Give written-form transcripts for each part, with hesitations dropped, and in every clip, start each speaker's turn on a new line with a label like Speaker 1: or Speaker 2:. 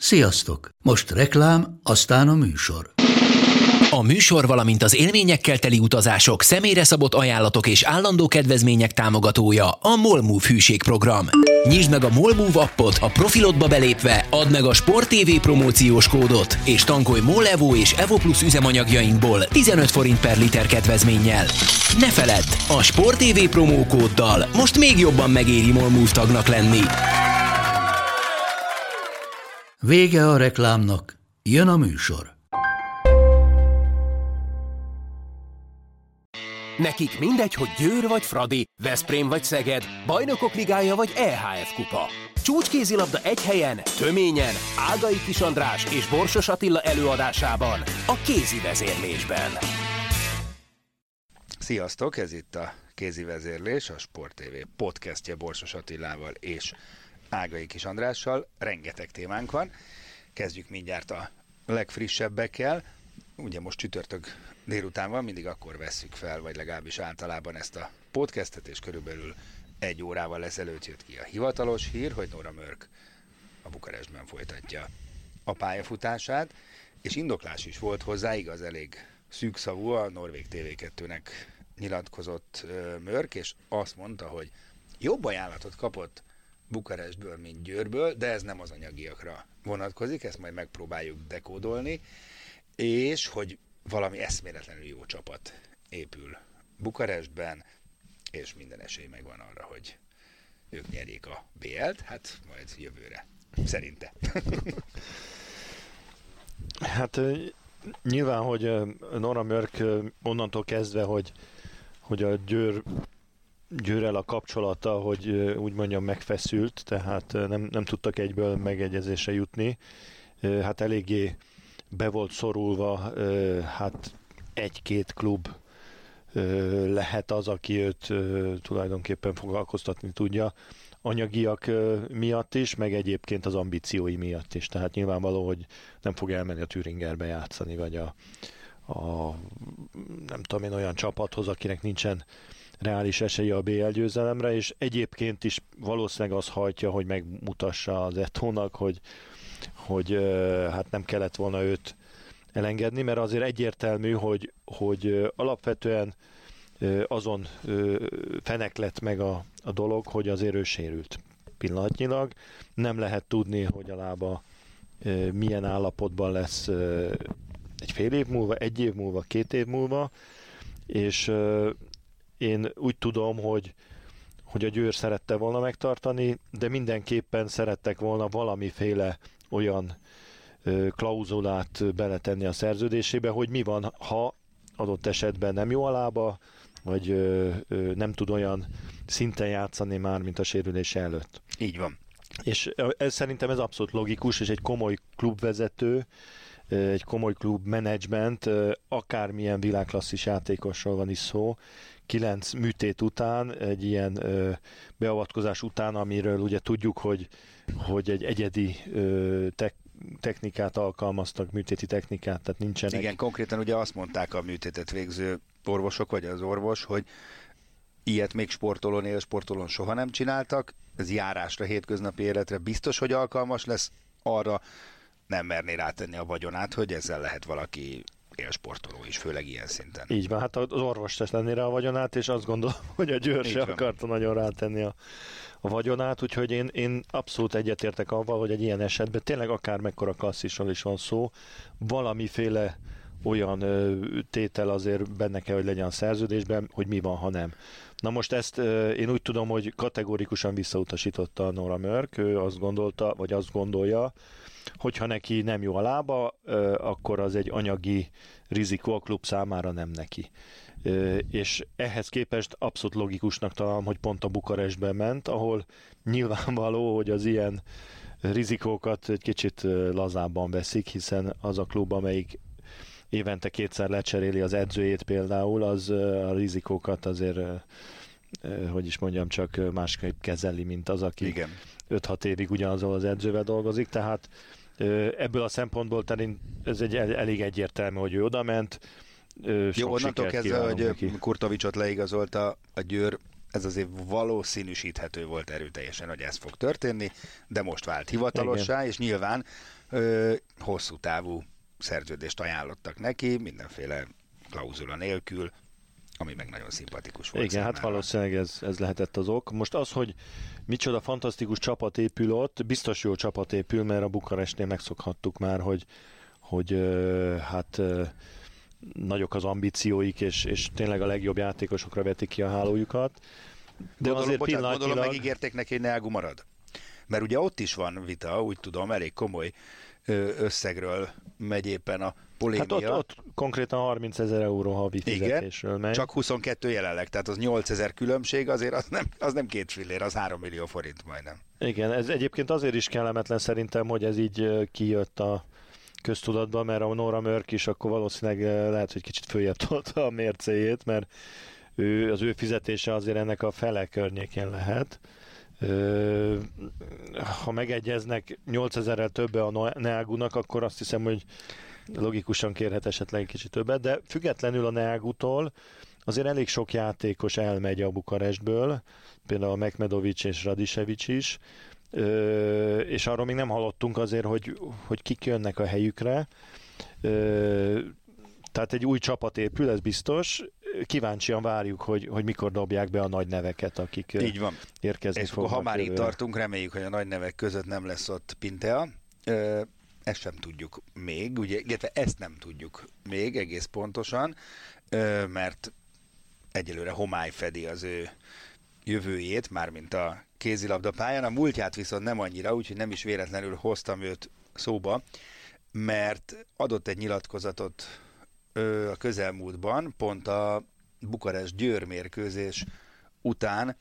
Speaker 1: Sziasztok! Most reklám, aztán a műsor.
Speaker 2: A műsor, valamint az élményekkel teli utazások, személyre szabott ajánlatok és állandó kedvezmények támogatója a MOL Move hűségprogram. Nyisd meg a MOL Move appot, a profilodba belépve add meg a Sport TV promóciós kódot, és tankolj MOL Evo és Evo Plus üzemanyagjainkból 15 forint per liter kedvezménnyel. Ne feledd, a Sport TV promókóddal most még jobban megéri MOL Move tagnak lenni.
Speaker 1: Vége a reklámnak, jön a műsor.
Speaker 3: Nekik mindegy, hogy Győr vagy Fradi, Veszprém vagy Szeged, Bajnokok Ligája vagy EHF kupa. Csúcskézilabda egy helyen, töményen, Ágai Kis András és Borsos Attila előadásában, a Kézi Vezérlésben.
Speaker 4: Sziasztok, ez itt a Kézi Vezérlés, a Sport TV podcastje Borsos Attilával és Ágai Kis Andrással. Rengeteg témánk van. Kezdjük mindjárt a legfrissebbekkel. Ugye most csütörtök délután van, mindig akkor vesszük fel, vagy legalábbis általában ezt a podcastet, és körülbelül 1 órával ezelőtt jött ki a hivatalos hír, hogy Nora Mörk a Bukarestben folytatja a pályafutását, és indoklás is volt hozzá, igaz, elég szűkszavú, a Norvég TV2-nek nyilatkozott Mörk, és azt mondta, hogy jobb ajánlatot kapott Bukarestből, mint Győrből, de ez nem az anyagiakra vonatkozik, ezt majd megpróbáljuk dekódolni, és hogy valami eszméletlenül jó csapat épül Bukarestben, és minden esély megvan arra, hogy ők nyerjék a BL-t, hát majd jövőre, szerinte.
Speaker 5: Hát nyilván, hogy Nora Mörk onnantól kezdve, hogy a Győrrel a kapcsolata, hogy úgy mondjam, megfeszült, tehát nem tudtak egyből megegyezésre jutni. Hát eléggé be volt szorulva, hát 1-2 klub lehet az, aki őt tulajdonképpen foglalkoztatni tudja. Anyagiak miatt is, meg egyébként az ambíciói miatt is. Tehát nyilvánvaló, hogy nem fog elmenni a Thüringerbe játszani, vagy a nem tudom én, olyan csapathoz, akinek nincsen reális esélye a BL győzelemre, és egyébként is valószínűleg az hajtja, hogy megmutassa az Etónak, hogy hát nem kellett volna őt elengedni, mert azért egyértelmű, hogy alapvetően azon feneklett meg a dolog, hogy azért ő sérült pillanatnyilag. Nem lehet tudni, hogy a lába milyen állapotban lesz egy fél év múlva, 1 év múlva, 2 év múlva, és én úgy tudom, hogy a Győr szerette volna megtartani, de mindenképpen szerettek volna valamiféle olyan klauzulát beletenni a szerződésébe, hogy mi van, ha adott esetben nem jó a lába, vagy nem tud olyan szinten játszani már, mint a sérülése előtt.
Speaker 4: Így van.
Speaker 5: És szerintem ez abszolút logikus, és egy komoly klubvezető, egy komoly klub menedzsment, akármilyen világklasszis játékosról van is szó, 9 műtét után, egy ilyen beavatkozás után, amiről ugye tudjuk, hogy egy egyedi technikát alkalmaztak, műtéti technikát, tehát nincsenek.
Speaker 4: Igen, konkrétan ugye azt mondták a műtétet végző orvosok, vagy az orvos, hogy ilyet még sportolón soha nem csináltak, ez járásra, hétköznapi életre biztos, hogy alkalmas lesz, arra nem merné rátenni a vagyonát, hogy ezzel lehet valaki élsportoló is, főleg ilyen szinten.
Speaker 5: Így van, hát az orvos tesz lenni rá a vagyonát, és azt gondolom, hogy a Győr se akarta nagyon rátenni a vagyonát, úgyhogy én abszolút egyetértek avval, hogy egy ilyen esetben tényleg akár mekkora klasszisról is van szó, valamiféle olyan tétel azért benne kell, hogy legyen a szerződésben, hogy mi van, ha nem. Na most ezt én úgy tudom, hogy kategórikusan visszautasította a Nora Mörk, ő azt gondolta, vagy azt gondolja, hogyha neki nem jó a lába, akkor az egy anyagi rizikó a klub számára, nem neki. És ehhez képest abszolút logikusnak találom, hogy pont a Bukarestben ment, ahol nyilvánvaló, hogy az ilyen rizikókat egy kicsit lazábban veszik, hiszen az a klub, amelyik évente 2-szer lecseréli az edzőjét például, az a rizikókat azért, hogy is mondjam, csak másképp kezeli, mint az, aki igen. 5-6 évig ugyanazon az edzővel dolgozik, tehát ebből a szempontból ez egy elég egyértelmű, hogy ő odament.
Speaker 4: Jó, onnantól kezdve, hogy Kurtovicsot leigazolta a Győr, ez azért valószínűsíthető volt erőteljesen, hogy ez fog történni, de most vált hivatalossá, és nyilván hosszú távú szerződést ajánlottak neki, mindenféle klauzula nélkül, ami meg nagyon szimpatikus volt.
Speaker 5: Igen,
Speaker 4: számára.
Speaker 5: hát valószínűleg ez lehetett az ok. Most az, hogy micsoda fantasztikus csapat épül ott, biztos jó csapat épül, mert a Bukarestnél megszokhattuk már, hogy nagyok az ambícióik, és tényleg a legjobb játékosokra vetik ki a hálójukat. De
Speaker 4: Gondolom megígérték neki, hogy Neagu marad. Mert ugye ott is van vita, úgy tudom, elég komoly összegről megy éppen a polémia.
Speaker 5: Hát ott konkrétan 30 000 euró havi fizetésről megy.
Speaker 4: Csak 22 jelenleg, tehát az 8 000 különbség, azért az nem 2 fillér, az 3 millió forint majdnem.
Speaker 5: Igen, ez egyébként azért is kellemetlen szerintem, hogy ez így kijött a köztudatba, mert a Nora Mörk is akkor valószínűleg lehet, hogy kicsit följebb tolta a mércéjét, mert az ő fizetése azért ennek a fele környékén lehet. Ha megegyeznek 8000-rel többe a Neagunak, akkor azt hiszem, hogy logikusan kérhet esetleg egy kicsit többet, de függetlenül a Neagutól azért elég sok játékos elmegy a Bukarestből, például Mekmedovics és Radicevic is, és arról még nem hallottunk azért, hogy kik jönnek a helyükre. Tehát egy új csapat épül, ez biztos. Kíváncsian várjuk, hogy mikor dobják be a nagy neveket, akik
Speaker 4: így van.
Speaker 5: Érkezni
Speaker 4: és
Speaker 5: fognak.
Speaker 4: Ha már itt tartunk, reméljük, hogy a nagy nevek között nem lesz ott Pintea. Ezt sem tudjuk még, ugye, illetve ezt nem tudjuk még egész pontosan, mert egyelőre homály fedi az ő jövőjét, mármint a kézilabdapályán. A múltját viszont nem annyira, úgyhogy nem is véletlenül hoztam őt szóba, mert adott egy nyilatkozatot a közelmúltban, pont a Bukarest-Győr mérkőzés után,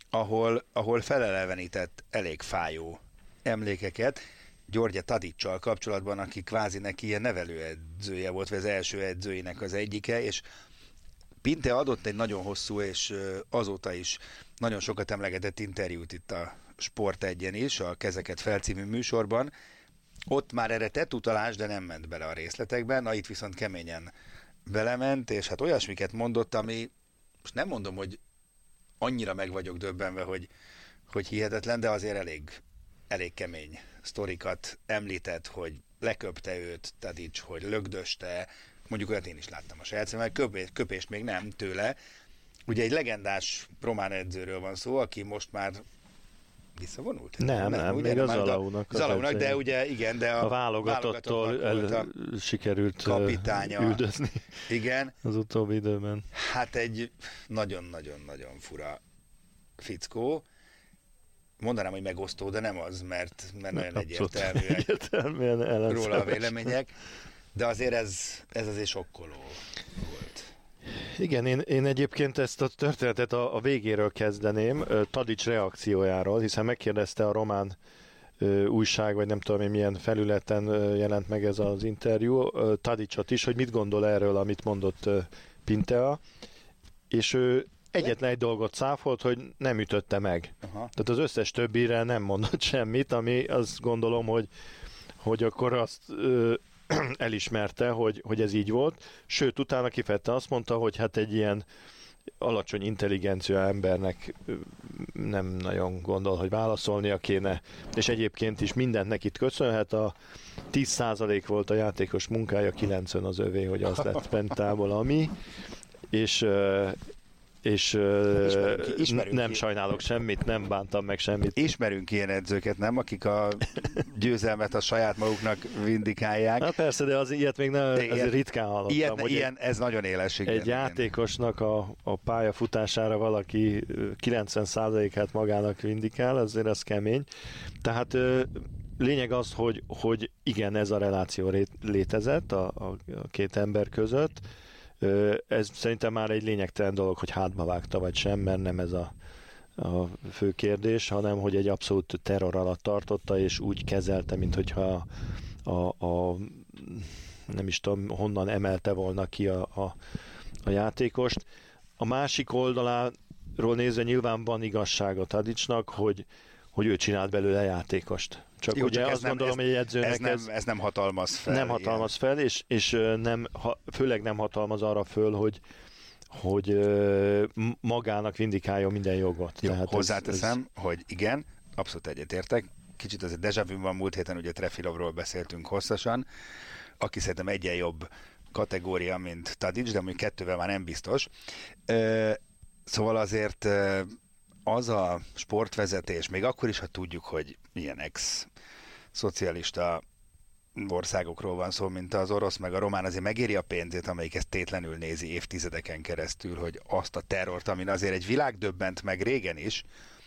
Speaker 4: ahol felelevenített elég fájó emlékeket György Tadicsal kapcsolatban, aki kvázi neki ilyen nevelőedzője volt, vagy az első edzőinek az egyike, és Pinte adott egy nagyon hosszú, és azóta is nagyon sokat emlegetett interjút itt a Sport 1-en is, a Kezeket fel című műsorban. Ott már erre tett utalás, de nem ment bele a részletekben, na itt viszont keményen belement, és hát olyasmiket mondott, ami, most nem mondom, hogy annyira meg vagyok döbbenve, hogy hihetetlen, de azért elég kemény sztorikat említett, hogy leköpte őt Tadics, hogy lögdöste, mondjuk olyat én is láttam a saját szemmel, köpést még nem tőle. Ugye egy legendás román edzőről van szó, aki most már visszavonult?
Speaker 5: Nem, még a Zalaunak.
Speaker 4: Zalaunak, de ugye igen, de
Speaker 5: a válogatottól sikerült
Speaker 4: kapitánya
Speaker 5: üldözni.
Speaker 4: Igen.
Speaker 5: Az utóbbi időben.
Speaker 4: Hát egy nagyon-nagyon-nagyon fura fickó. Mondanám, hogy megosztó, de nem az, mert nagyon egyértelműen róla a vélemények. De azért ez azért sokkoló volt.
Speaker 5: Igen, én egyébként ezt a történetet a végéről kezdeném, Tadics reakciójáról, hiszen megkérdezte a román újság, vagy nem tudom én milyen felületen jelent meg ez az interjú, Tadicsot is, hogy mit gondol erről, amit mondott Pintea, és ő egyetlen egy dolgot cáfolt, hogy nem ütötte meg. Aha. Tehát az összes többire nem mondott semmit, ami azt gondolom, hogy akkor azt elismerte, hogy ez így volt. Sőt, utána kifejezetten azt mondta, hogy hát egy ilyen alacsony intelligencia embernek nem nagyon gondol, hogy válaszolnia kéne, és egyébként is mindent neki köszönhet. A 10% volt a játékos munkája, 90 az övé, hogy az lett Pentából, ami, és nem sajnálok semmit, nem bántam meg semmit.
Speaker 4: Ismerünk ilyen edzőket, nem? Akik a győzelmet a saját maguknak vindikálják.
Speaker 5: Hát persze, de az ilyet még nem, ritkán hallottam.
Speaker 4: Ez nagyon éles.
Speaker 5: Egy játékosnak a pályafutására valaki 90%-át magának vindikál, azért az kemény. Tehát lényeg az, hogy igen, ez a reláció létezett a két ember között. Ez szerintem már egy lényegtelen dolog, hogy hátba vágta vagy sem, mert nem ez a fő kérdés, hanem hogy egy abszolút terror alatt tartotta, és úgy kezelte, mint hogyha nem is tudom, honnan emelte volna ki a játékost. A másik oldaláról nézve nyilván van igazság a Tadicsnak, hogy ő csinált belőle játékost. Csak jó, ugye azt gondolom, hogy egy edzőnek
Speaker 4: ez nem hatalmaz fel.
Speaker 5: Nem hatalmaz fel, és főleg nem hatalmaz arra föl, hogy magának vindikáljon minden jogot.
Speaker 4: Jó, tehát hozzáteszem, hogy igen, abszolút egyetértek, kicsit azért déjà vu van, múlt héten ugye Trefilovról beszéltünk hosszasan, aki szerintem egyen jobb kategória, mint Tadic, de mondjuk 2-vel már nem biztos. Szóval azért az a sportvezetés, még akkor is, ha tudjuk, hogy milyen ex-szocialista országokról van szó, mint az orosz meg a román, azért megéri a pénzét, amelyik ezt tétlenül nézi évtizedeken keresztül, hogy azt a terrort, amin azért egy világ döbbent meg régen is,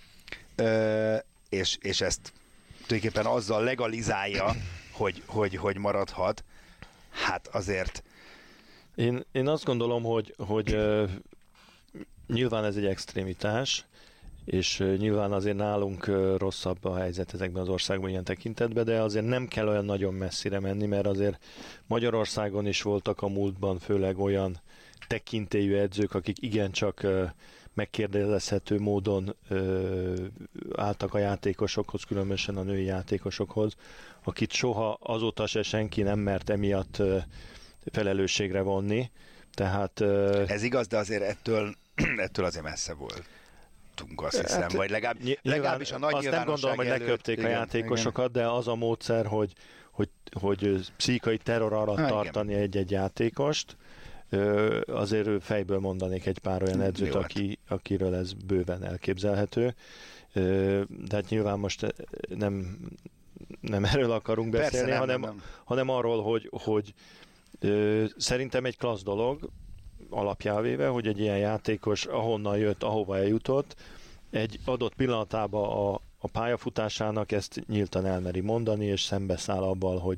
Speaker 4: és ezt tulajdonképpen azzal legalizálja, hogy maradhat. Hát azért...
Speaker 5: Én azt gondolom, hogy nyilván ez egy extrémitás, és nyilván azért nálunk rosszabb a helyzet ezekben az országban ilyen tekintetben, de azért nem kell olyan nagyon messzire menni, mert azért Magyarországon is voltak a múltban főleg olyan tekintélyű edzők, akik igencsak megkérdezhető módon álltak a játékosokhoz, különösen a női játékosokhoz, akit soha azóta se senki nem mert emiatt felelősségre vonni. Tehát,
Speaker 4: ez igaz, de azért ettől azért messze volt. Azt hiszem, hát, vagy legalábbis a nagy
Speaker 5: azt nem gondolom, hogy leköpték a játékosokat, igen. De az a módszer, hogy pszichai terror alatt tartani egy-egy játékost, azért fejből mondanék egy pár olyan edzőt, akiről ez bőven elképzelhető. De hát nyilván most nem erről akarunk beszélni, persze, hanem arról, hogy szerintem egy klassz dolog, alapjávéve, hogy egy ilyen játékos ahonnan jött, ahova eljutott, egy adott pillanatában a pályafutásának ezt nyíltan elmeri mondani, és szembeszáll abban, hogy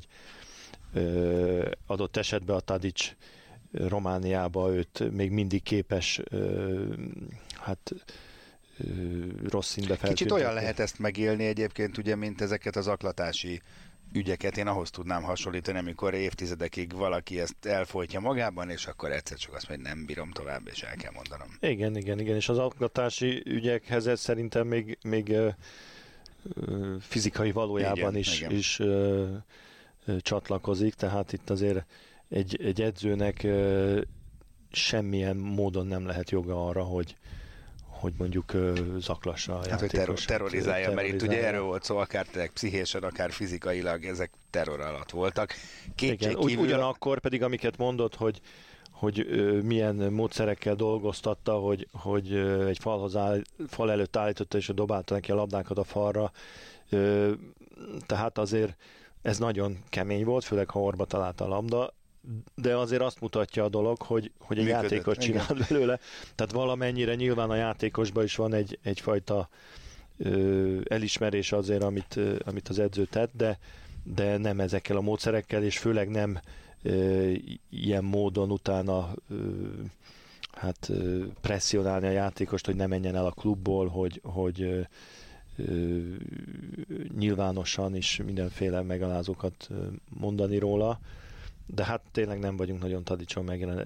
Speaker 5: adott esetben a Tadic Romániába őt még mindig képes rossz színbe feltüntetni.
Speaker 4: Kicsit olyan lehet ezt megélni egyébként, ugye, mint ezeket az zaklatási ügyeket, én ahhoz tudnám hasonlítani, amikor évtizedekig valaki ezt elfolytja magában, és akkor egyszer csak azt mondja, hogy nem bírom tovább, és el kell mondanom.
Speaker 5: Igen, és az zaklatási ügyekhez ez szerintem még fizikai valójában is csatlakozik, tehát itt azért egy edzőnek semmilyen módon nem lehet joga arra, hogy mondjuk zaklassa a játékosokat.
Speaker 4: Hát, hogy terrorizálja, mert itt ugye erről volt szó, akár pszichésen, akár fizikailag, ezek terror alatt voltak.
Speaker 5: Ugyanakkor pedig, amiket mondott, hogy milyen módszerekkel dolgoztatta, hogy egy fal előtt állította, és dobálta neki a labdákat a falra. Tehát azért ez nagyon kemény volt, főleg ha orba találta a labda, de azért azt mutatja a dolog, hogy egy játékos csinált belőle. Tehát valamennyire nyilván a játékosban is van egyfajta elismerés azért, amit az edző tett, de nem ezekkel a módszerekkel, és főleg nem ilyen módon utána presszionálni a játékost, hogy ne menjen el a klubból, hogy nyilvánosan is mindenféle megalázókat mondani róla. De hát tényleg nem vagyunk nagyon Tadicson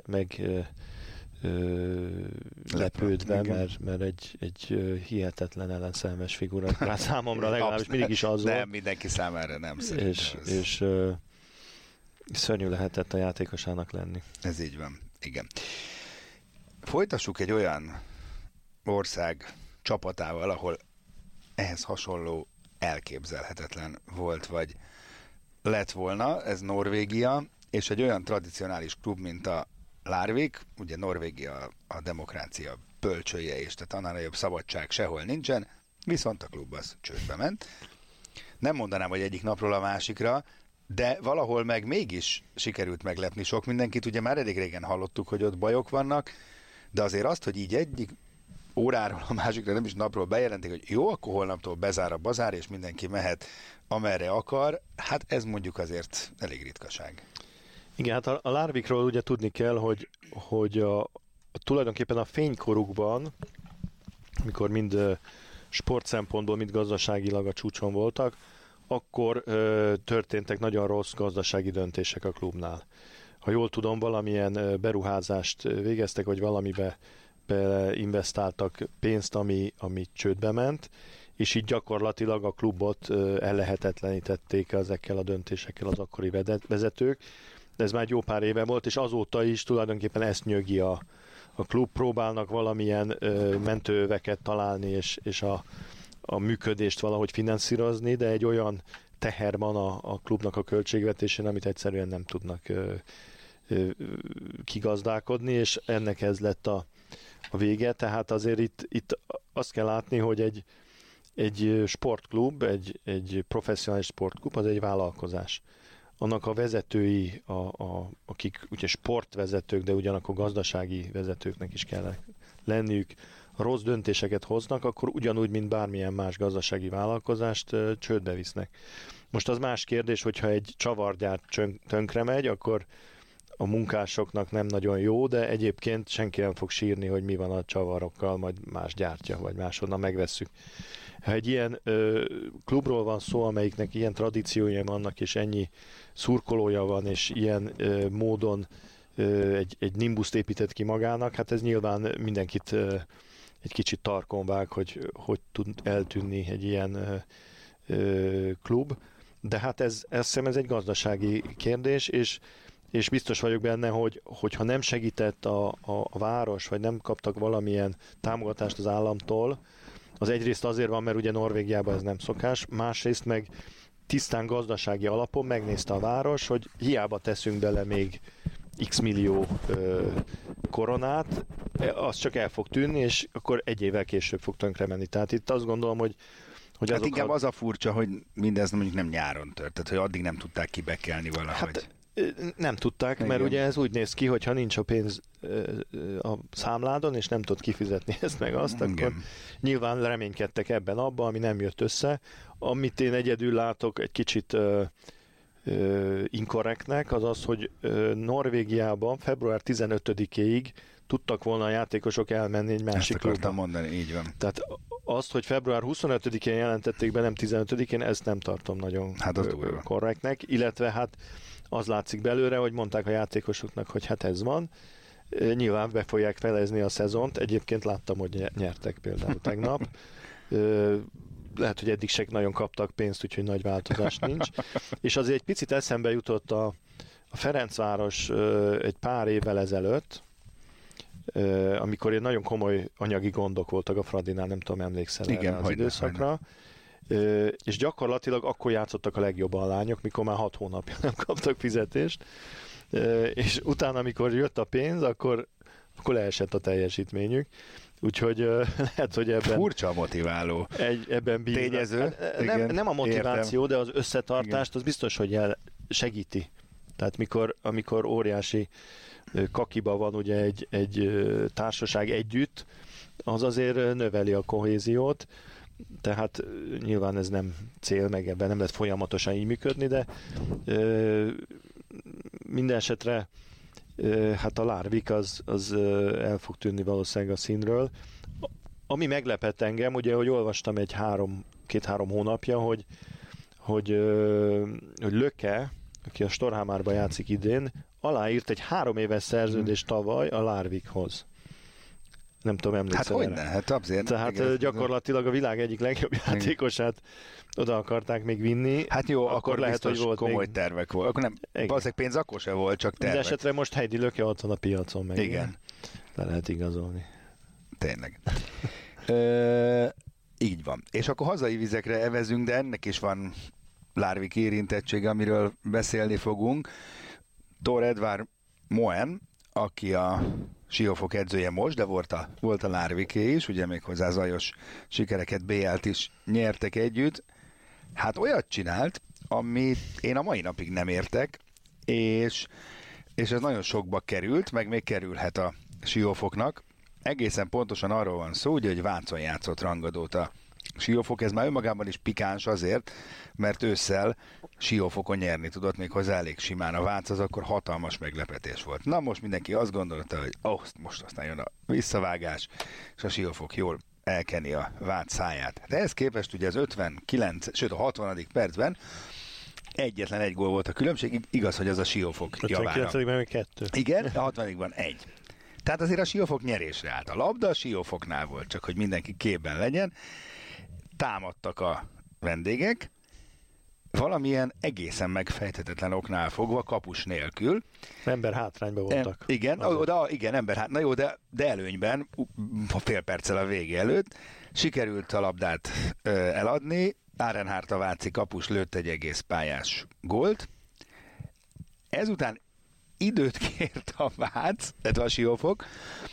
Speaker 5: lepődve, mert egy hihetetlen ellenszelmes figura. Hát számomra legalábbis mindig is az volt.
Speaker 4: Nem, mindenki számára nem szerintem.
Speaker 5: És szörnyű lehetett a játékosának lenni.
Speaker 4: Ez így van, igen. Folytassuk egy olyan ország csapatával, ahol ehhez hasonló elképzelhetetlen volt, vagy lett volna, ez Norvégia, és egy olyan tradicionális klub, mint a Larvik, ugye Norvégia a demokrácia bölcsője, és tehát annál nagyobb szabadság sehol nincsen, viszont a klub az csődbe ment. Nem mondanám, hogy egyik napról a másikra, de valahol meg mégis sikerült meglepni sok mindenkit, ugye már elég régen hallottuk, hogy ott bajok vannak, de azért azt, hogy így egyik óráról a másikra, nem is napról bejelentik, hogy jó, akkor holnaptól bezár a bazár, és mindenki mehet amerre akar, hát ez mondjuk azért elég ritkaság.
Speaker 5: Igen, hát a Larvikról ugye tudni kell, hogy tulajdonképpen a fénykorukban, amikor mind sport szempontból, mind gazdaságilag a csúcson voltak, akkor történtek nagyon rossz gazdasági döntések a klubnál. Ha jól tudom, valamilyen beruházást végeztek, vagy valamibe investáltak pénzt, ami csődbe ment, és így gyakorlatilag a klubot ellehetetlenítették ezekkel a döntésekkel az akkori vezetők. De ez már jó pár éve volt, és azóta is tulajdonképpen ezt nyögi a klub, próbálnak valamilyen mentőöveket találni, és a működést valahogy finanszírozni, de egy olyan teher van a klubnak a költségvetésén, amit egyszerűen nem tudnak kigazdálkodni, és ennek ez lett a vége. Tehát azért itt azt kell látni, hogy egy sportklub, egy professzionális sportklub, az egy vállalkozás. Annak a vezetői, akik ugye sportvezetők, de ugyanakkor gazdasági vezetőknek is kell lenniük, rossz döntéseket hoznak, akkor ugyanúgy, mint bármilyen más gazdasági vállalkozást csődbe visznek. Most az más kérdés, hogyha egy csavargyár tönkre megy, akkor a munkásoknak nem nagyon jó, de egyébként senki nem fog sírni, hogy mi van a csavarokkal, majd más gyártja, vagy máshonnan megvesszük. Ha egy ilyen klubról van szó, amelyiknek ilyen tradíciója vannak, és ennyi szurkolója van, és ilyen módon egy nimbuszt épített ki magának, hát ez nyilván mindenkit egy kicsit tarkon vág, hogy tud eltűnni egy ilyen klub. De hát ez egy gazdasági kérdés, és biztos vagyok benne, hogyha nem segített a város, vagy nem kaptak valamilyen támogatást az államtól, az egyrészt azért van, mert ugye Norvégiában ez nem szokás, másrészt meg tisztán gazdasági alapon megnézte a város, hogy hiába teszünk bele még x millió koronát, az csak el fog tűnni, és akkor egy évvel később fog tönkre menni. Tehát itt azt gondolom, hogy
Speaker 4: hát inkább az a furcsa, hogy mindez mondjuk nem nyáron tört, tehát hogy addig nem tudták kibekelni valahogy.
Speaker 5: Hát, nem tudták, igen. Mert ugye ez úgy néz ki, hogy ha nincs a pénz a számládon, és nem tudod kifizetni ezt meg azt, igen. Akkor nyilván reménykedtek abban, ami nem jött össze. Amit én egyedül látok egy kicsit inkorrektnek, az, hogy Norvégiában február 15-éig tudtak volna a játékosok elmenni egy másik klubba.
Speaker 4: Ezt akartam mondani, így van.
Speaker 5: Tehát azt, hogy február 25-én jelentették be, nem 15-én, ezt nem tartom nagyon korrektnek, illetve hát az látszik belőle, hogy mondták a játékosoknak, hogy hát ez van. Nyilván be fogják felezni a szezont. Egyébként láttam, hogy nyertek például tegnap. Lehet, hogy eddig se nagyon kaptak pénzt, úgyhogy nagy változás nincs. És azért egy picit eszembe jutott a Ferencváros egy pár évvel ezelőtt, amikor nagyon komoly anyagi gondok voltak a Fradinál, nem tudom, emlékszel erre az időszakra. És gyakorlatilag akkor játszottak a legjobban a lányok, mikor már 6 hónapja nem kaptak fizetést, és utána, amikor jött a pénz, akkor leesett a teljesítményük. Úgyhogy lehet, hogy ebben...
Speaker 4: Furcsa motiváló
Speaker 5: ebben
Speaker 4: tényező.
Speaker 5: Nem a motiváció, értem. De az összetartást, igen. Az biztos, hogy segíti. Tehát amikor óriási kakiba van ugye egy társaság együtt, az azért növeli a kohéziót, tehát nyilván ez nem cél, meg ebben nem lehet folyamatosan így működni, de minden esetre hát a Larvik az el fog tűnni valószínűleg a színről. Ami meglepett engem, ugye, hogy olvastam egy 2-3 hónapja, hogy Löke, aki a Storhamárban játszik idén, aláírt egy 3 éves szerződést tavaly a Larvikhoz. Nem tudom, emlékszel.
Speaker 4: Hát hogyne, hát azért.
Speaker 5: Tehát gyakorlatilag a világ egyik legjobb játékosát oda akarták még vinni.
Speaker 4: Hát jó, akkor lehet, hogy volt komoly
Speaker 5: még...
Speaker 4: tervek volt. Akkor nem, valószínűleg pénz akkor se volt, csak tervek.
Speaker 5: De esetre most Heidi Löke ott van a piacon meg.
Speaker 4: Igen.
Speaker 5: Le lehet igazolni.
Speaker 4: Tényleg. Így van. És akkor hazai vizekre evezünk, de ennek is van Larvik érintettsége, amiről beszélni fogunk. Tor Edvard Moen, aki a Siófok edzője most, de volt a Larviké is, ugye méghozzá zajos sikereket, BL-t is nyertek együtt. Hát olyat csinált, amit én a mai napig nem értek, és ez nagyon sokba került, meg még kerülhet a Siófoknak. Egészen pontosan arról van szó, ugye, hogy Vácon játszott rangadót a Siófok, ez már önmagában is pikáns azért, mert ősszel Siófokon nyerni tudott, még hozzá elég simán. A Vác az akkor hatalmas meglepetés volt. Na most mindenki azt gondolta, hogy most aztán jön a visszavágás, és a Siófok jól elkeni a Vác száját. De ehhez képest ugye az 59, sőt a 60. percben egyetlen egy gól volt a különbség, igaz, hogy az a Siófok javára.
Speaker 5: 59-ben 2.
Speaker 4: Igen, a 60-ban 1. Tehát azért a Siófok nyerésre állt. A labda a Siófoknál volt, csak hogy mindenki képben legyen. Támadtak a vendégek, valamilyen egészen megfejthetetlen oknál fogva kapus nélkül.
Speaker 5: Ember hátrányban voltak.
Speaker 4: Igen, na jó, de előnyben, fél perccel a vége előtt sikerült a labdát eladni, Arenhardt a váci kapus lőtt egy egész pályás gólt. Ezután időt kért a Vác, illetve a Siófok,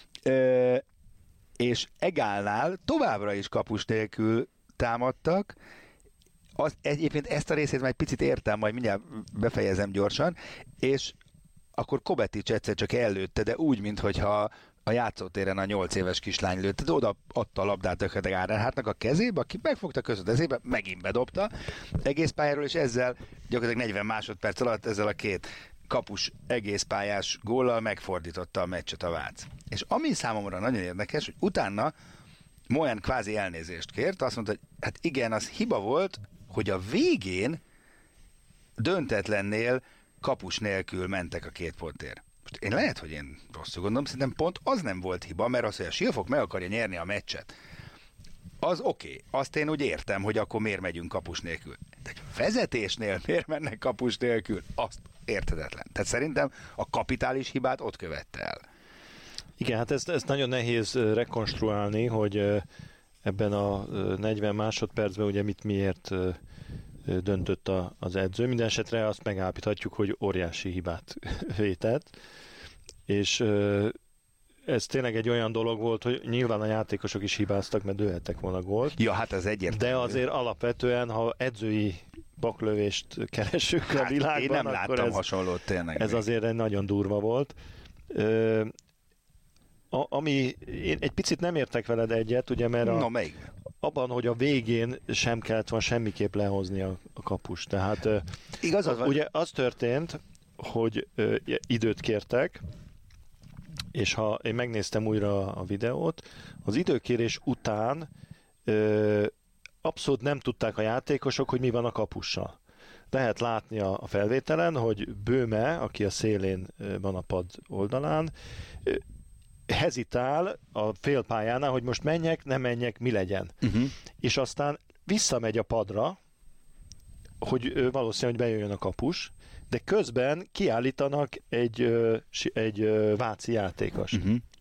Speaker 4: és Egálnál továbbra is kapus nélkül támadtak. Egyébként ezt a részét már egy picit értem, majd mindjárt befejezem gyorsan, és akkor Kobetic egyszer csak ellőtte, de úgy, minthogyha a játszótéren a 8 éves kislány lőtte, de oda adta a labdát tökéletek Arenhardtnak a kezébe, aki megfogta között eszébe, megint bedobta egész pályáról, és ezzel gyakorlatilag 40 másodperc alatt ezzel a két kapus egész pályás góllal megfordította a meccset a Vác. És ami számomra nagyon érdekes, hogy utána Moen kvázi elnézést kért, azt mondta, hogy hát igen, az hiba volt, hogy a végén döntetlennél kapus nélkül mentek a 2 pontért. Most én lehet, hogy én rosszul gondolom, szerintem pont az nem volt hiba, mert az, hogy a Siófok meg akarja nyerni a meccset, az oké. Azt én úgy értem, hogy akkor miért megyünk kapus nélkül. De egy vezetésnél miért mennek kapus nélkül? Azt érthetetlen. Tehát szerintem a kapitális hibát ott követte el.
Speaker 5: Igen, hát ezt nagyon nehéz rekonstruálni, hogy ebben a 40 másodpercben ugye miért döntött az edző. Minden esetre azt megállapíthatjuk, hogy óriási hibát vétett, és ez tényleg egy olyan dolog volt, hogy nyilván a játékosok is hibáztak, mert dőlhettek volna gólt.
Speaker 4: Ja, hát ez egyértelmű.
Speaker 5: De azért alapvetően, ha edzői baklövést keresünk a világban,
Speaker 4: én nem
Speaker 5: akkor
Speaker 4: láttam hasonlót tényleg.
Speaker 5: Ez azért egy nagyon durva volt. Én egy picit nem értek veled egyet, ugye, mert abban, hogy a végén sem kellett volna semmiképp lehozni a kapust. Tehát ugye az történt, hogy időt kértek, és ha én megnéztem újra a videót, az időkérés után abszolút nem tudták a játékosok, hogy mi van a kapussal. Lehet látni a felvételen, hogy Böhme, aki a szélén van a pad oldalán, hezitál a félpályánál, hogy most menjek, nem menjek, mi legyen. És aztán visszamegy a padra, hogy valószínűleg bejöjjön a kapus, de közben kiállítanak egy váci játékos.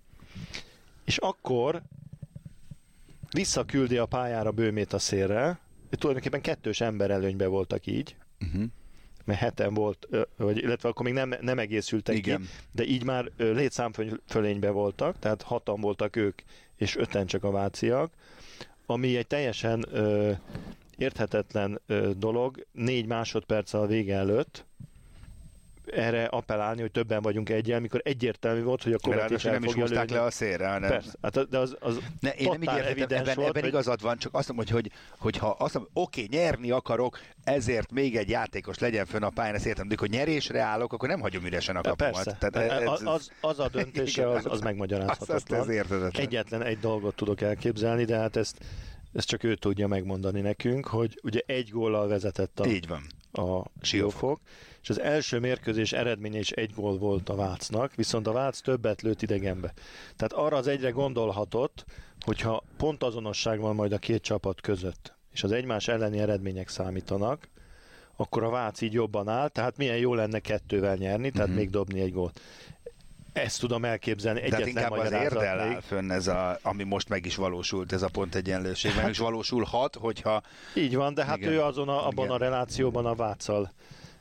Speaker 5: És akkor visszaküldi a pályára Böhmét a szélre, tulajdonképpen kettős ember előnyben voltak így, mert heten volt, illetve akkor még nem egészültek ki, de így már létszámfölényben voltak, tehát 6-an voltak ők, és 5-en csak a váciak, ami egy teljesen érthetetlen dolog, 4 másodperccel a vége előtt erre appellálni, hogy többen vagyunk egyen, mikor egyértelmű volt, hogy a Kobetic el
Speaker 4: nem is húzták
Speaker 5: lőni.
Speaker 4: le a szélre, hanem...
Speaker 5: Persze, hát de az
Speaker 4: én nem így értem, ebben igazad van, csak azt mondom, hogy ha azt mondom, oké, nyerni akarok, ezért még egy játékos legyen fönn a pályán, ezt értem, de hogy nyerésre állok, akkor nem hagyom üresen a kapumat.
Speaker 5: Persze, az a döntése, az megmagyarázhatatlan. Egyetlen egy dolgot tudok elképzelni, de hát ezt csak ő tudja megmondani nekünk, hogy ugye 1 góllal vezetett a Siófok, és az első mérkőzés eredménye is 1 gól volt a Vácnak, viszont a Vác többet lőtt idegenbe. Tehát arra az egyre gondolhatott, hogyha pontazonosság van majd a 2 csapat között, és az egymás elleni eredmények számítanak, akkor a Vác így jobban áll, tehát milyen jó lenne 2-vel nyerni, tehát még dobni 1 gólt. Ezt tudom elképzelni, egyetlen
Speaker 4: inkább az érdel áll fönn ez ami most meg is valósult, ez a pontegyenlőség. Meg is valósulhat, hogyha...
Speaker 5: Így van, de hát ő abban a relációban a Váccal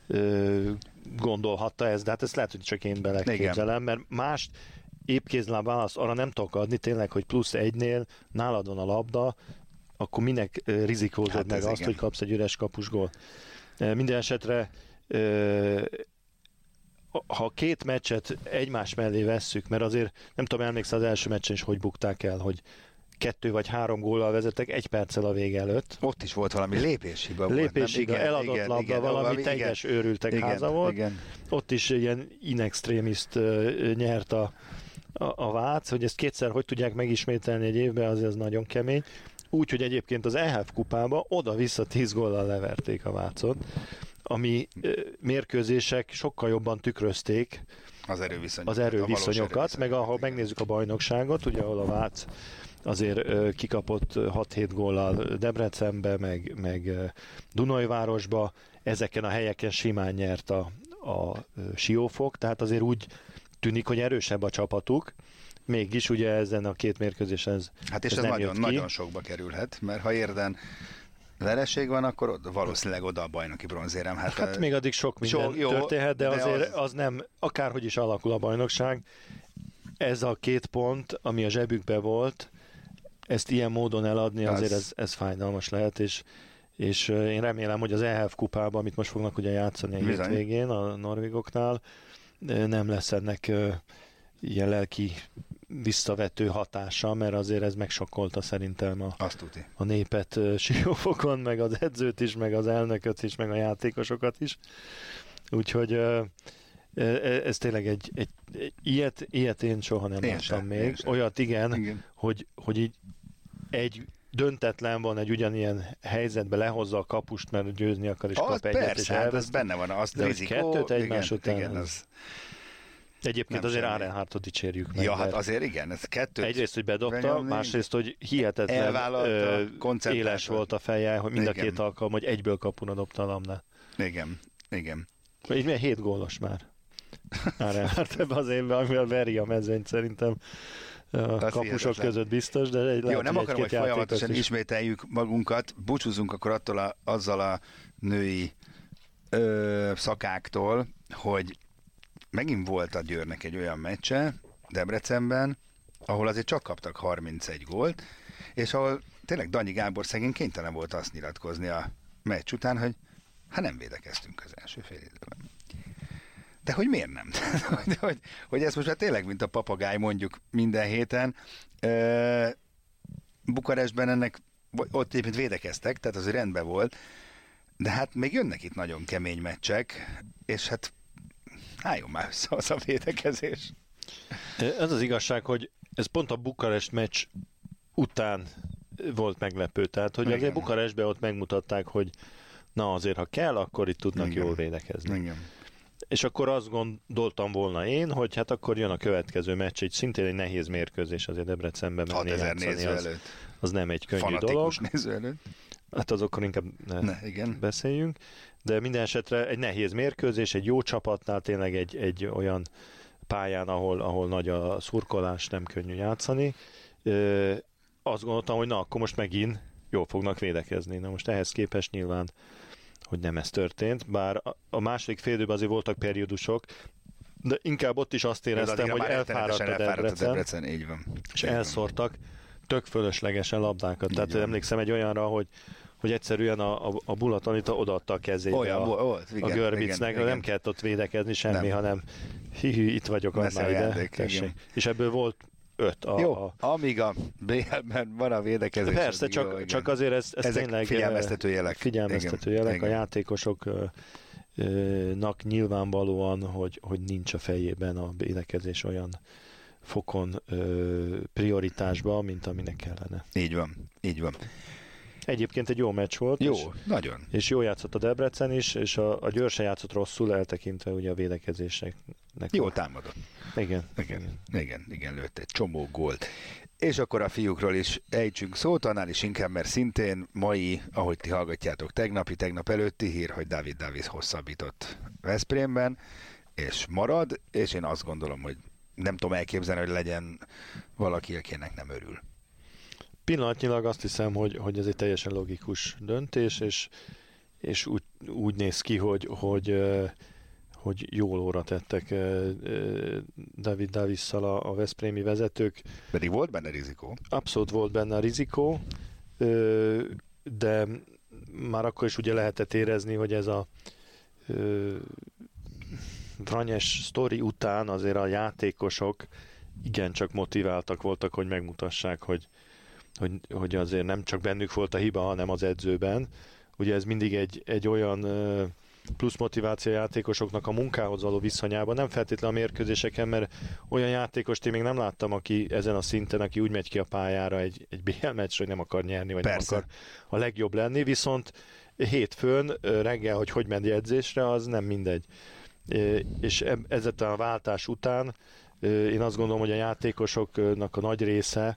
Speaker 5: gondolhatta ezt, de hát ezt lehet, hogy csak én beleképzelem, mert mást épkézláb választ arra nem tudok adni, tényleg, hogy +1-nél nálad van a labda, akkor minek rizikózod meg azt, hogy kapsz egy üres kapusgólt. Minden esetre ha 2 meccset egymás mellé vesszük, mert azért nem tudom, emlékszel az első meccsen is, hogy bukták el, hogy 2 vagy 3 góllal vezettek 1 perccel a vége előtt.
Speaker 4: Ott is volt valami lépéshiba.
Speaker 5: Eladott labda, valami teljes őrültek háza volt. Igen. Ott is ilyen in extremis nyert a Vác, hogy ezt 2-szer hogy tudják megismételni egy évben, azért az nagyon kemény. Úgyhogy egyébként az EHF kupába oda-vissza 10 góllal leverték a Vácot, ami mérkőzések sokkal jobban tükrözték az erőviszonyokat, meg ahol megnézzük a bajnokságot, ugye ahol a Vác azért kikapott 6-7 góllal Debrecenbe, meg Dunajvárosba, ezeken a helyeken simán nyert a Siófok, tehát azért úgy tűnik, hogy erősebb a csapatuk, mégis ugye ezen a 2 mérkőzésen ez
Speaker 4: Hát és
Speaker 5: ez
Speaker 4: ez
Speaker 5: nem
Speaker 4: nagyon,
Speaker 5: jött ki.
Speaker 4: nagyon sokba kerülhet, mert ha Érden vereség van, akkor valószínűleg oda a bajnoki bronzérem.
Speaker 5: Hát még addig sok minden történhet, de azért az nem, akárhogy is alakul a bajnokság, ez a 2 pont, ami a zsebükbe volt, ezt ilyen módon eladni, azért ez fájdalmas lehet, és én remélem, hogy az EHF kupában, amit most fognak ugye játszani a hétvégén a norvégoknál, nem lesz ennek ilyen lelki visszavető hatása, mert azért ez megsokkolta szerintem a népet Siófokon, meg az edzőt is, meg az elnököt is, meg a játékosokat is. Úgyhogy ez tényleg egy ilyet én soha nem láttam még. Olyat igen. Hogy így egy döntetlen van egy ugyanilyen helyzetbe, lehozza a kapust, mert győzni akar, és kap egyet,
Speaker 4: persze,
Speaker 5: és
Speaker 4: hát ez benne van, azt rizikó.
Speaker 5: 2 egymás után.
Speaker 4: Igen, az
Speaker 5: egyébként azért Arenhardtot dicsérjük meg.
Speaker 4: Ja, hát azért igen, ez 2.
Speaker 5: Egyrészt, hogy bedobta, másrészt, hogy hihetetlen éles volt a feje, hogy mind a 2 alkalom, hogy egyből kapuna dobta a labdát.
Speaker 4: Igen.
Speaker 5: Így milyen 7 gólos már. Arenhardt ebben az évben, amivel veri a mezőnyt szerintem. A kapusok között biztos, de
Speaker 4: jó, nem akarom, hogy folyamatosan ismételjük magunkat, búcsúzunk akkor azzal a női szakáktól, hogy megint volt a Győrnek egy olyan meccse Debrecenben, ahol azért csak kaptak 31 gólt, és ahol tényleg Danyi Gábor szegény kénytelen volt azt nyilatkozni a meccs után, hogy hát nem védekeztünk az első fél időben. De hogy miért nem? hogy ez most már tényleg, mint a papagáj mondjuk minden héten. Bukarestben ennek, ott egyébként védekeztek, tehát azért rendben volt, de hát még jönnek itt nagyon kemény meccsek, és hát álljon már össze az a védekezés.
Speaker 5: Ez az igazság, hogy ez pont a Bukarest meccs után volt meglepő, tehát hogy azért Bukarestben ott megmutatták, hogy na azért, ha kell, akkor itt tudnak jól védekezni.
Speaker 4: Igen.
Speaker 5: És akkor azt gondoltam volna én, hogy hát akkor jön a következő meccs, egy szintén egy nehéz mérkőzés azért Debrecenben menni játszani, az nem egy könnyű dolog.
Speaker 4: Néző előtt.
Speaker 5: Hát azokról inkább beszéljünk. De minden esetre egy nehéz mérkőzés, egy jó csapatnál tényleg egy olyan pályán, ahol nagy a szurkolás, nem könnyű játszani. Azt gondoltam, hogy na, akkor most megint jól fognak védekezni. Na most ehhez képest nyilván hogy nem ez történt, bár a második fél időben azért voltak periódusok, de inkább ott is azt éreztem, hogy elfáradt a Debrecen,
Speaker 4: így van.
Speaker 5: És elszórtak tök fölöslegesen labdákat. Tehát emlékszem egy olyanra, hogy egyszerűen a Bula Tanita odaadta a kezét a Görbicnek, nem kellett ott védekezni semmi, hanem itt vagyok, adnál ide. És ebből volt 5.
Speaker 4: Amíg a BL-ben van a védekezés.
Speaker 5: Persze, csak azért ez tényleg
Speaker 4: figyelmeztető jelek.
Speaker 5: A játékosoknak nyilvánvalóan, hogy nincs a fejében a védekezés olyan fokon prioritásba, mint aminek kellene.
Speaker 4: Így van.
Speaker 5: Egyébként egy jó meccs volt.
Speaker 4: Nagyon.
Speaker 5: És jó játszott a Debrecen is, és a Győr se játszott rosszul, eltekintve ugye a védekezéseknek.
Speaker 4: Jó támadott. Igen, lőtt egy csomó gólt. És akkor a fiúkról is ejtsünk szót, annál is inkább, mert szintén mai, ahogy ti hallgatjátok, tegnap előtti hír, hogy Dávid Davis hosszabbított Veszprémben, és marad, és én azt gondolom, hogy nem tudom elképzelni, hogy legyen valaki, akinek nem örül.
Speaker 5: Pillanatnyilag azt hiszem, hogy ez egy teljesen logikus döntés, és úgy néz ki, hogy jól óra tettek David Davisszal a veszprémi vezetők.
Speaker 4: Pedig volt benne rizikó.
Speaker 5: Abszolút volt benne a rizikó, de már akkor is ugye lehetett érezni, hogy ez a Vranyes sztori után azért a játékosok igencsak motiváltak voltak, hogy megmutassák, hogy azért nem csak bennük volt a hiba, hanem az edzőben. Ugye ez mindig egy olyan plusz motiváció játékosoknak a munkához való viszonyában, nem feltétlenül a mérkőzéseken, mert olyan játékost én még nem láttam, aki ezen a szinten, aki úgy megy ki a pályára egy BL meccsre, hogy nem akar nyerni, vagy
Speaker 4: Persze.
Speaker 5: nem akar a legjobb lenni, viszont hétfőn reggel, hogy megy edzésre, az nem mindegy. És ezzel a váltás után én azt gondolom, hogy a játékosoknak a nagy része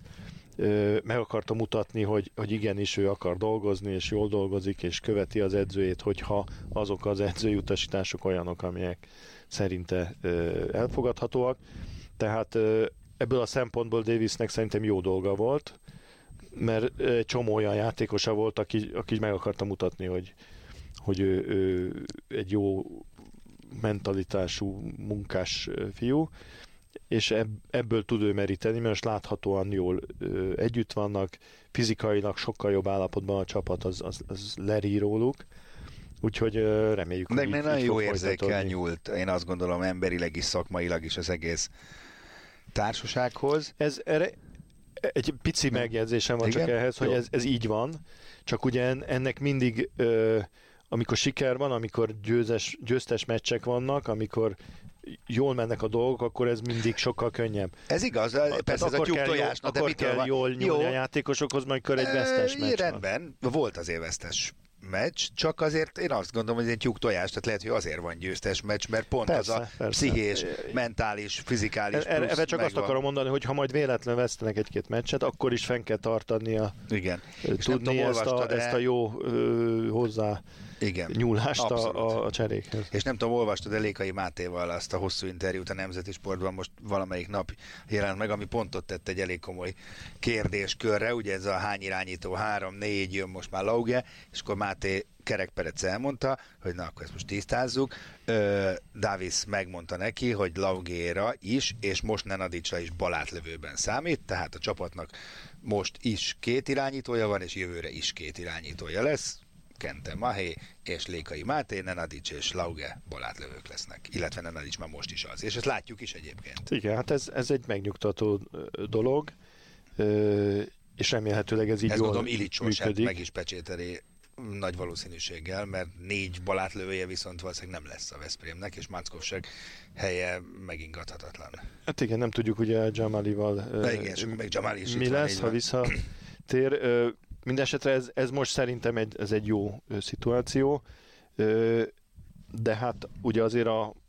Speaker 5: meg akarta mutatni, hogy igenis ő akar dolgozni, és jól dolgozik, és követi az edzőjét, hogyha azok az edzői utasítások olyanok, amelyek szerinte elfogadhatóak. Tehát ebből a szempontból Davisnek szerintem jó dolga volt, mert egy csomó olyan játékosa volt, aki meg akarta mutatni, hogy ő egy jó mentalitású, munkás fiú, és ebből tud ő meríteni, mert most láthatóan jól együtt vannak, fizikailag sokkal jobb állapotban a csapat, az lerí róluk, úgyhogy reméljük, hogy
Speaker 4: így nagyon jó érzékkel nyúlt, én azt gondolom, emberileg is, szakmailag is az egész társasághoz.
Speaker 5: Erre egy pici megjegyzésem van csak ehhez, hogy ez így van, csak ugye ennek mindig, amikor siker van, amikor győztes meccsek vannak, amikor jól mennek a dolgok, akkor ez mindig sokkal könnyebb.
Speaker 4: Ez igaz, persze ez a tyúk tojásnak,
Speaker 5: de mitől kell jól nyúlni a játékosokhoz, amikor egy vesztes meccs
Speaker 4: rendben, volt azért vesztes meccs, csak azért én azt gondolom, hogy egy tyúk tojás, tehát lehet, hogy azért van győztes meccs, mert pont persze, az a pszichés, mentális, fizikális plusz
Speaker 5: Ebben csak azt akarom mondani, hogy ha majd véletlenül vesztenek egy-két meccset, akkor is fenn kell tartania, tudni ezt a jó hozzá nyúlást a cserékhez.
Speaker 4: És nem tudom, olvastad Lékai Mátéval azt a hosszú interjút a Nemzeti Sportban, most valamelyik nap jelent meg, ami pontot tett egy elég komoly kérdéskörre, ugye ez a hány irányító, 3-4, jön most már Lauge, és akkor Máté Kerekperec elmondta, hogy na, akkor ezt most tisztázzuk. Davis megmondta neki, hogy Laugéra is, és most Nenadicsra is balátlövőben számít, tehát a csapatnak most is 2 irányítója van, és jövőre is 2 irányítója lesz. Kente Mahé és Lékai Máté, Nenadics és Lauge balátlövők lesznek, illetve Nenadics már most is az, és ezt látjuk is egyébként.
Speaker 5: Igen, hát ez egy megnyugtató dolog, és remélhetőleg ez így jól
Speaker 4: gondolom, Illich meg is pecsételi nagy valószínűséggel, mert 4 balátlövője viszont valószínűleg nem lesz a Veszprémnek, és Mackovsek helye megingathatatlan.
Speaker 5: Hát igen, nem tudjuk ugye Jamalival
Speaker 4: meg Jamali is
Speaker 5: mi lesz, ha visszatér. Mindenesetre ez most szerintem ez egy jó szituáció, de hát ugye azért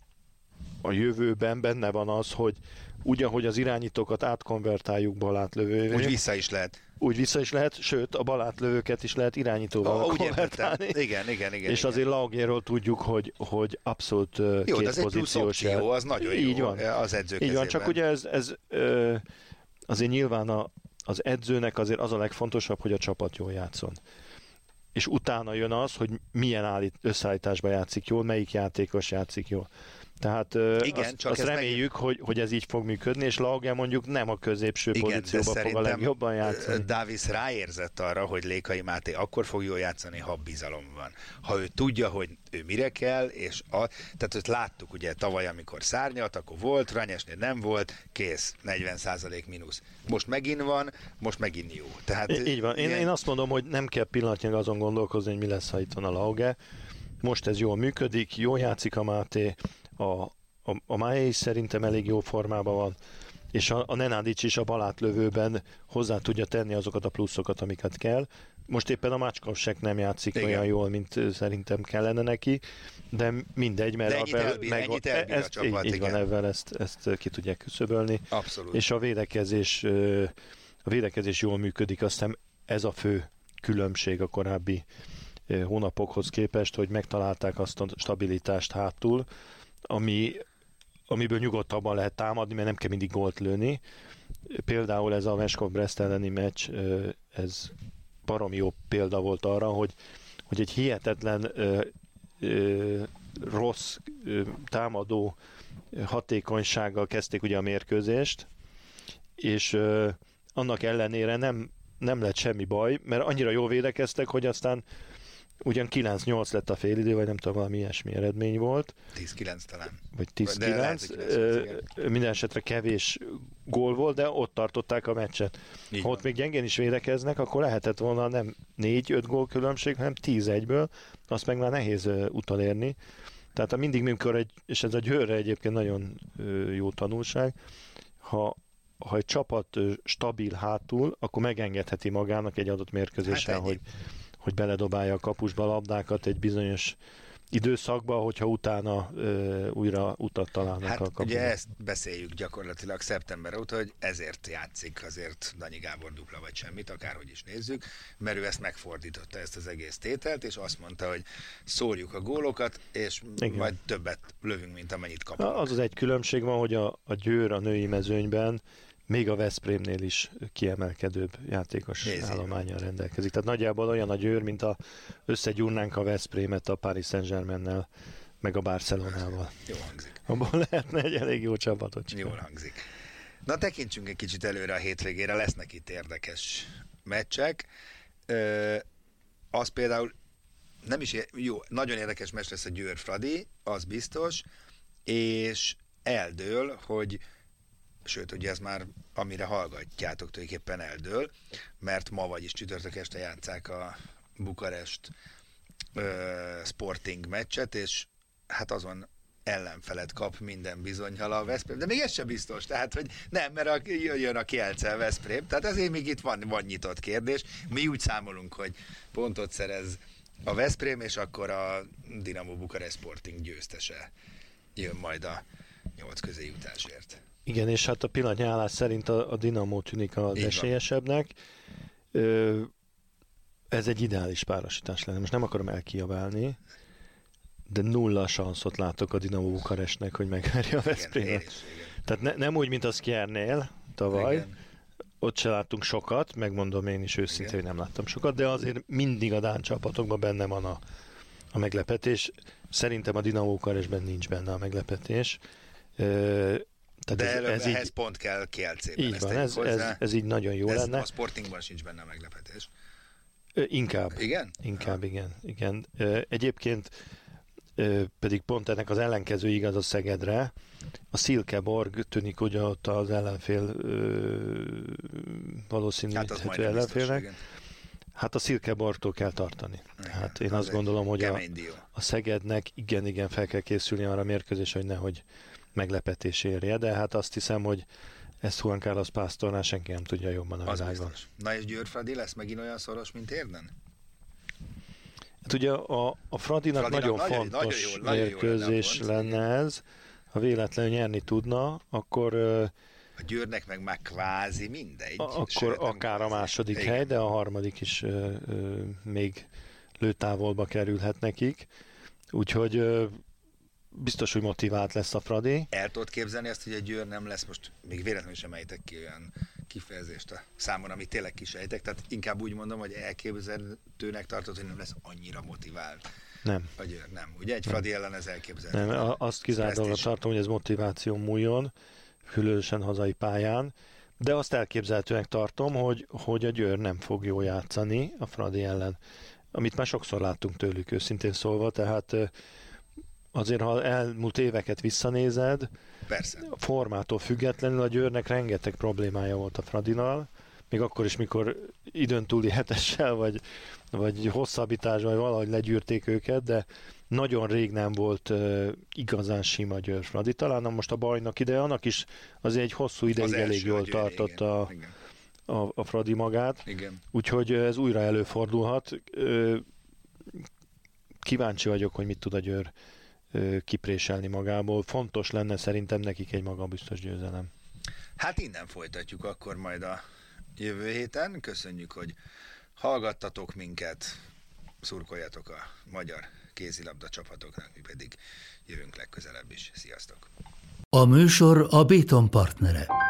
Speaker 5: a jövőben benne van az, hogy úgy, ahogy az irányítókat átkonvertáljuk balátlövővé. Úgy vissza is lehet, sőt, a balátlövőket is lehet irányítóval konvertálni.
Speaker 4: Igen.
Speaker 5: És azért Laugéről tudjuk, hogy abszolút
Speaker 4: jó, de ez egy plusz opció, az nagyon
Speaker 5: így
Speaker 4: jó
Speaker 5: van.
Speaker 4: Az edző kezében.
Speaker 5: Így van, csak ugye ez azért nyilván az edzőnek azért az a legfontosabb, hogy a csapat jól játszon. És utána jön az, hogy milyen összeállításban játszik jól, melyik játékos játszik jól. Tehát igen, azt reméljük, hogy ez így fog működni, és Lauge mondjuk nem a középső pozícióban fog a legjobban játszani.
Speaker 4: Davis ráérzett arra, hogy Lékai Máté akkor fog jól játszani, ha bizalom van. Ha ő tudja, hogy ő mire kell, tehát ezt láttuk ugye tavaly, amikor szárnyalt, akkor volt, Ranyesnél nem volt, kész, 40% mínusz. Most megint van, most megint jó. Tehát,
Speaker 5: így van. Én azt mondom, hogy nem kell pillanatnyilag azon gondolkozni, hogy mi lesz, ha itt van a Lauge. Most ez jól működik, jól játszik a Máté, a Máé is szerintem elég jó formában van, és a Nenadics is a balátlövőben hozzá tudja tenni azokat a pluszokat, amiket kell. Most éppen a Mackovsek nem játszik olyan jól, mint szerintem kellene neki, de mindegy, mert
Speaker 4: ennyit elbír a csapat.
Speaker 5: Így van, ebben ezt ki tudják küszöbölni.
Speaker 4: Abszolút.
Speaker 5: És a védekezés jól működik, aztán ez a fő különbség a korábbi hónapokhoz képest, hogy megtalálták azt a stabilitást hátul, amiből nyugodtabban lehet támadni, mert nem kell mindig gólt lőni. Például ez a Veszprém-Brest elleni meccs, ez baromi jó példa volt arra, hogy egy hihetetlen rossz támadó hatékonysággal kezdték ugye a mérkőzést, és annak ellenére nem lett semmi baj, mert annyira jól védekeztek, hogy aztán ugyan 9-8 lett a félidő, vagy nem tudom, valami ilyesmi eredmény volt.
Speaker 4: 10-9 talán.
Speaker 5: Vagy 10-9. Minden esetre kevés gól volt, de ott tartották a meccset. Ha ott még gyengén is védekeznek, akkor lehetett volna nem 4-5 gól különbség, hanem 10-1-ből. Azt meg már nehéz utolérni. Tehát mindig, amikor és ez a Győrre egyébként nagyon jó tanulság, ha egy csapat stabil hátul, akkor megengedheti magának egy adott mérkőzésen, hogy beledobálja a kapusba a labdákat egy bizonyos időszakban, hogyha utána újra utat találnak
Speaker 4: hát
Speaker 5: a kapuba.
Speaker 4: ugye ezt beszéljük gyakorlatilag szeptember óta, hogy ezért játszik azért Danyi Gábor dupla vagy semmit, akárhogy is nézzük, mert ő ezt megfordította, ezt az egész tételt, és azt mondta, hogy szórjuk a gólokat, és igen, majd többet lövünk, mint amennyit kapunk.
Speaker 5: Az egy különbség van, hogy a Győr a női mezőnyben még a Veszprémnél is kiemelkedőbb játékos állománnyal rendelkezik. Tehát nagyjából olyan a Győr, mint összegyúrnánk a Veszprémet a Paris Saint-Germainnel, meg a Barcelonával.
Speaker 4: Jó hangzik.
Speaker 5: Abban lehetne egy elég jó csapatot csinálni.
Speaker 4: Jól hangzik. Na tekintsünk egy kicsit előre a hétvégére, lesznek itt érdekes meccsek. Az például nem is jó, nagyon érdekes meccs lesz a Győr-Fradi, az biztos, és eldől, hogy sőt, ugye ez már amire hallgatjátok tulajdonképpen eldől, mert ma vagyis csütörtök este játsszák a Bukarest Sporting meccset, és hát azon ellenfelet kap minden bizonnyal a Veszprém, de még ez sem biztos, tehát, hogy nem, mert jön a Kielce Veszprém, tehát ezért még itt van nyitott kérdés. Mi úgy számolunk, hogy pontot szerez a Veszprém, és akkor a Dinamo Bukarest Sporting győztese jön majd a 8 közé jutásért.
Speaker 5: Igen, és hát a pillanatnyi állás szerint a Dinamo tűnik az esélyesebbnek. Ez egy ideális párosítás lenne. Most nem akarom elkiabálni, de nulla sanszot látok a Dinamo Bukarestnek, hogy megverje a Veszprémet. Tehát nem úgy, mint a Skjernél tavaly. Igen. Ott se láttunk sokat, megmondom én is őszintén, hogy nem láttam sokat, de azért mindig a dán csapatokban benne van a meglepetés. Szerintem a Dinamo Bukarestben nincs benne a meglepetés.
Speaker 4: Tehát de ehhez pont kell Kielcében.
Speaker 5: Így van, ez így nagyon jó lenne.
Speaker 4: A Sportingban sincs benne a meglepetés.
Speaker 5: Inkább.
Speaker 4: Igen?
Speaker 5: Inkább, igen. Egyébként pedig pont ennek az ellenkező igaz a Szegedre. A Silkeborg tűnik ugye ott az ellenfél valószínűsíthető ellenfélnek. Hát a Silkeborgtól kell tartani. Hát én azt gondolom, hogy a Szegednek igen fel kell készülni arra a mérkőzésre, hogy nehogy meglepetés érje, de hát azt hiszem, hogy ezt Juan Carlos Pásztornál senki nem tudja jobban a világon.
Speaker 4: Na és Győr-Fradi lesz megint olyan szoros, mint Érden?
Speaker 5: Hát ugye a Fradinak nagyon fontos mérkőzés lenne ez. Ha véletlenül nyerni tudna, akkor...
Speaker 4: A Győrnek meg már kvázi mindegy.
Speaker 5: Akkor akár a második hely, de a harmadik is még lőtávolba kerülhet nekik. Úgyhogy biztos, hogy motivált lesz a Fradi.
Speaker 4: El tudod képzelni azt, hogy a Győr nem lesz, most még véletlenül sem ejtek ki olyan kifejezést a számon, amit tényleg kisejtek, tehát inkább úgy mondom, hogy elképzelhetőnek tartod, hogy nem lesz annyira motivált.
Speaker 5: Nem.
Speaker 4: A Győr nem. Ugye egy Fradi ellen ez elképzelhető.
Speaker 5: Nem, azt kizárólag tartom, hogy ez motiváció múljon, különösen hazai pályán, de azt elképzelhetőnek tartom, hogy a Győr nem fog jól játszani a Fradi ellen. Amit már sokszor láttunk tőlük, őszintén szólva, tehát azért, ha elmúlt éveket visszanézed,
Speaker 4: persze,
Speaker 5: formától függetlenül a Győrnek rengeteg problémája volt a Fradinal, még akkor is, mikor időn túli hetessel, vagy hosszabbításban, vagy valahogy legyűrték őket, de nagyon rég nem volt igazán sima Győr-Fradi. Talán most a bajnok ideje, annak is azért egy hosszú ideig elég jól tartotta a Fradi magát.
Speaker 4: Igen.
Speaker 5: Úgyhogy ez újra előfordulhat. Kíváncsi vagyok, hogy mit tud a Győr kipréselni magából. Fontos lenne szerintem nekik egy magabiztos győzelem.
Speaker 4: Hát innen folytatjuk akkor majd a jövő héten. Köszönjük, hogy hallgattatok minket, szurkoljatok a magyar kézilabda csapatoknak, mi pedig jövünk legközelebb is. Sziasztok!
Speaker 1: A műsor a Béton partnere.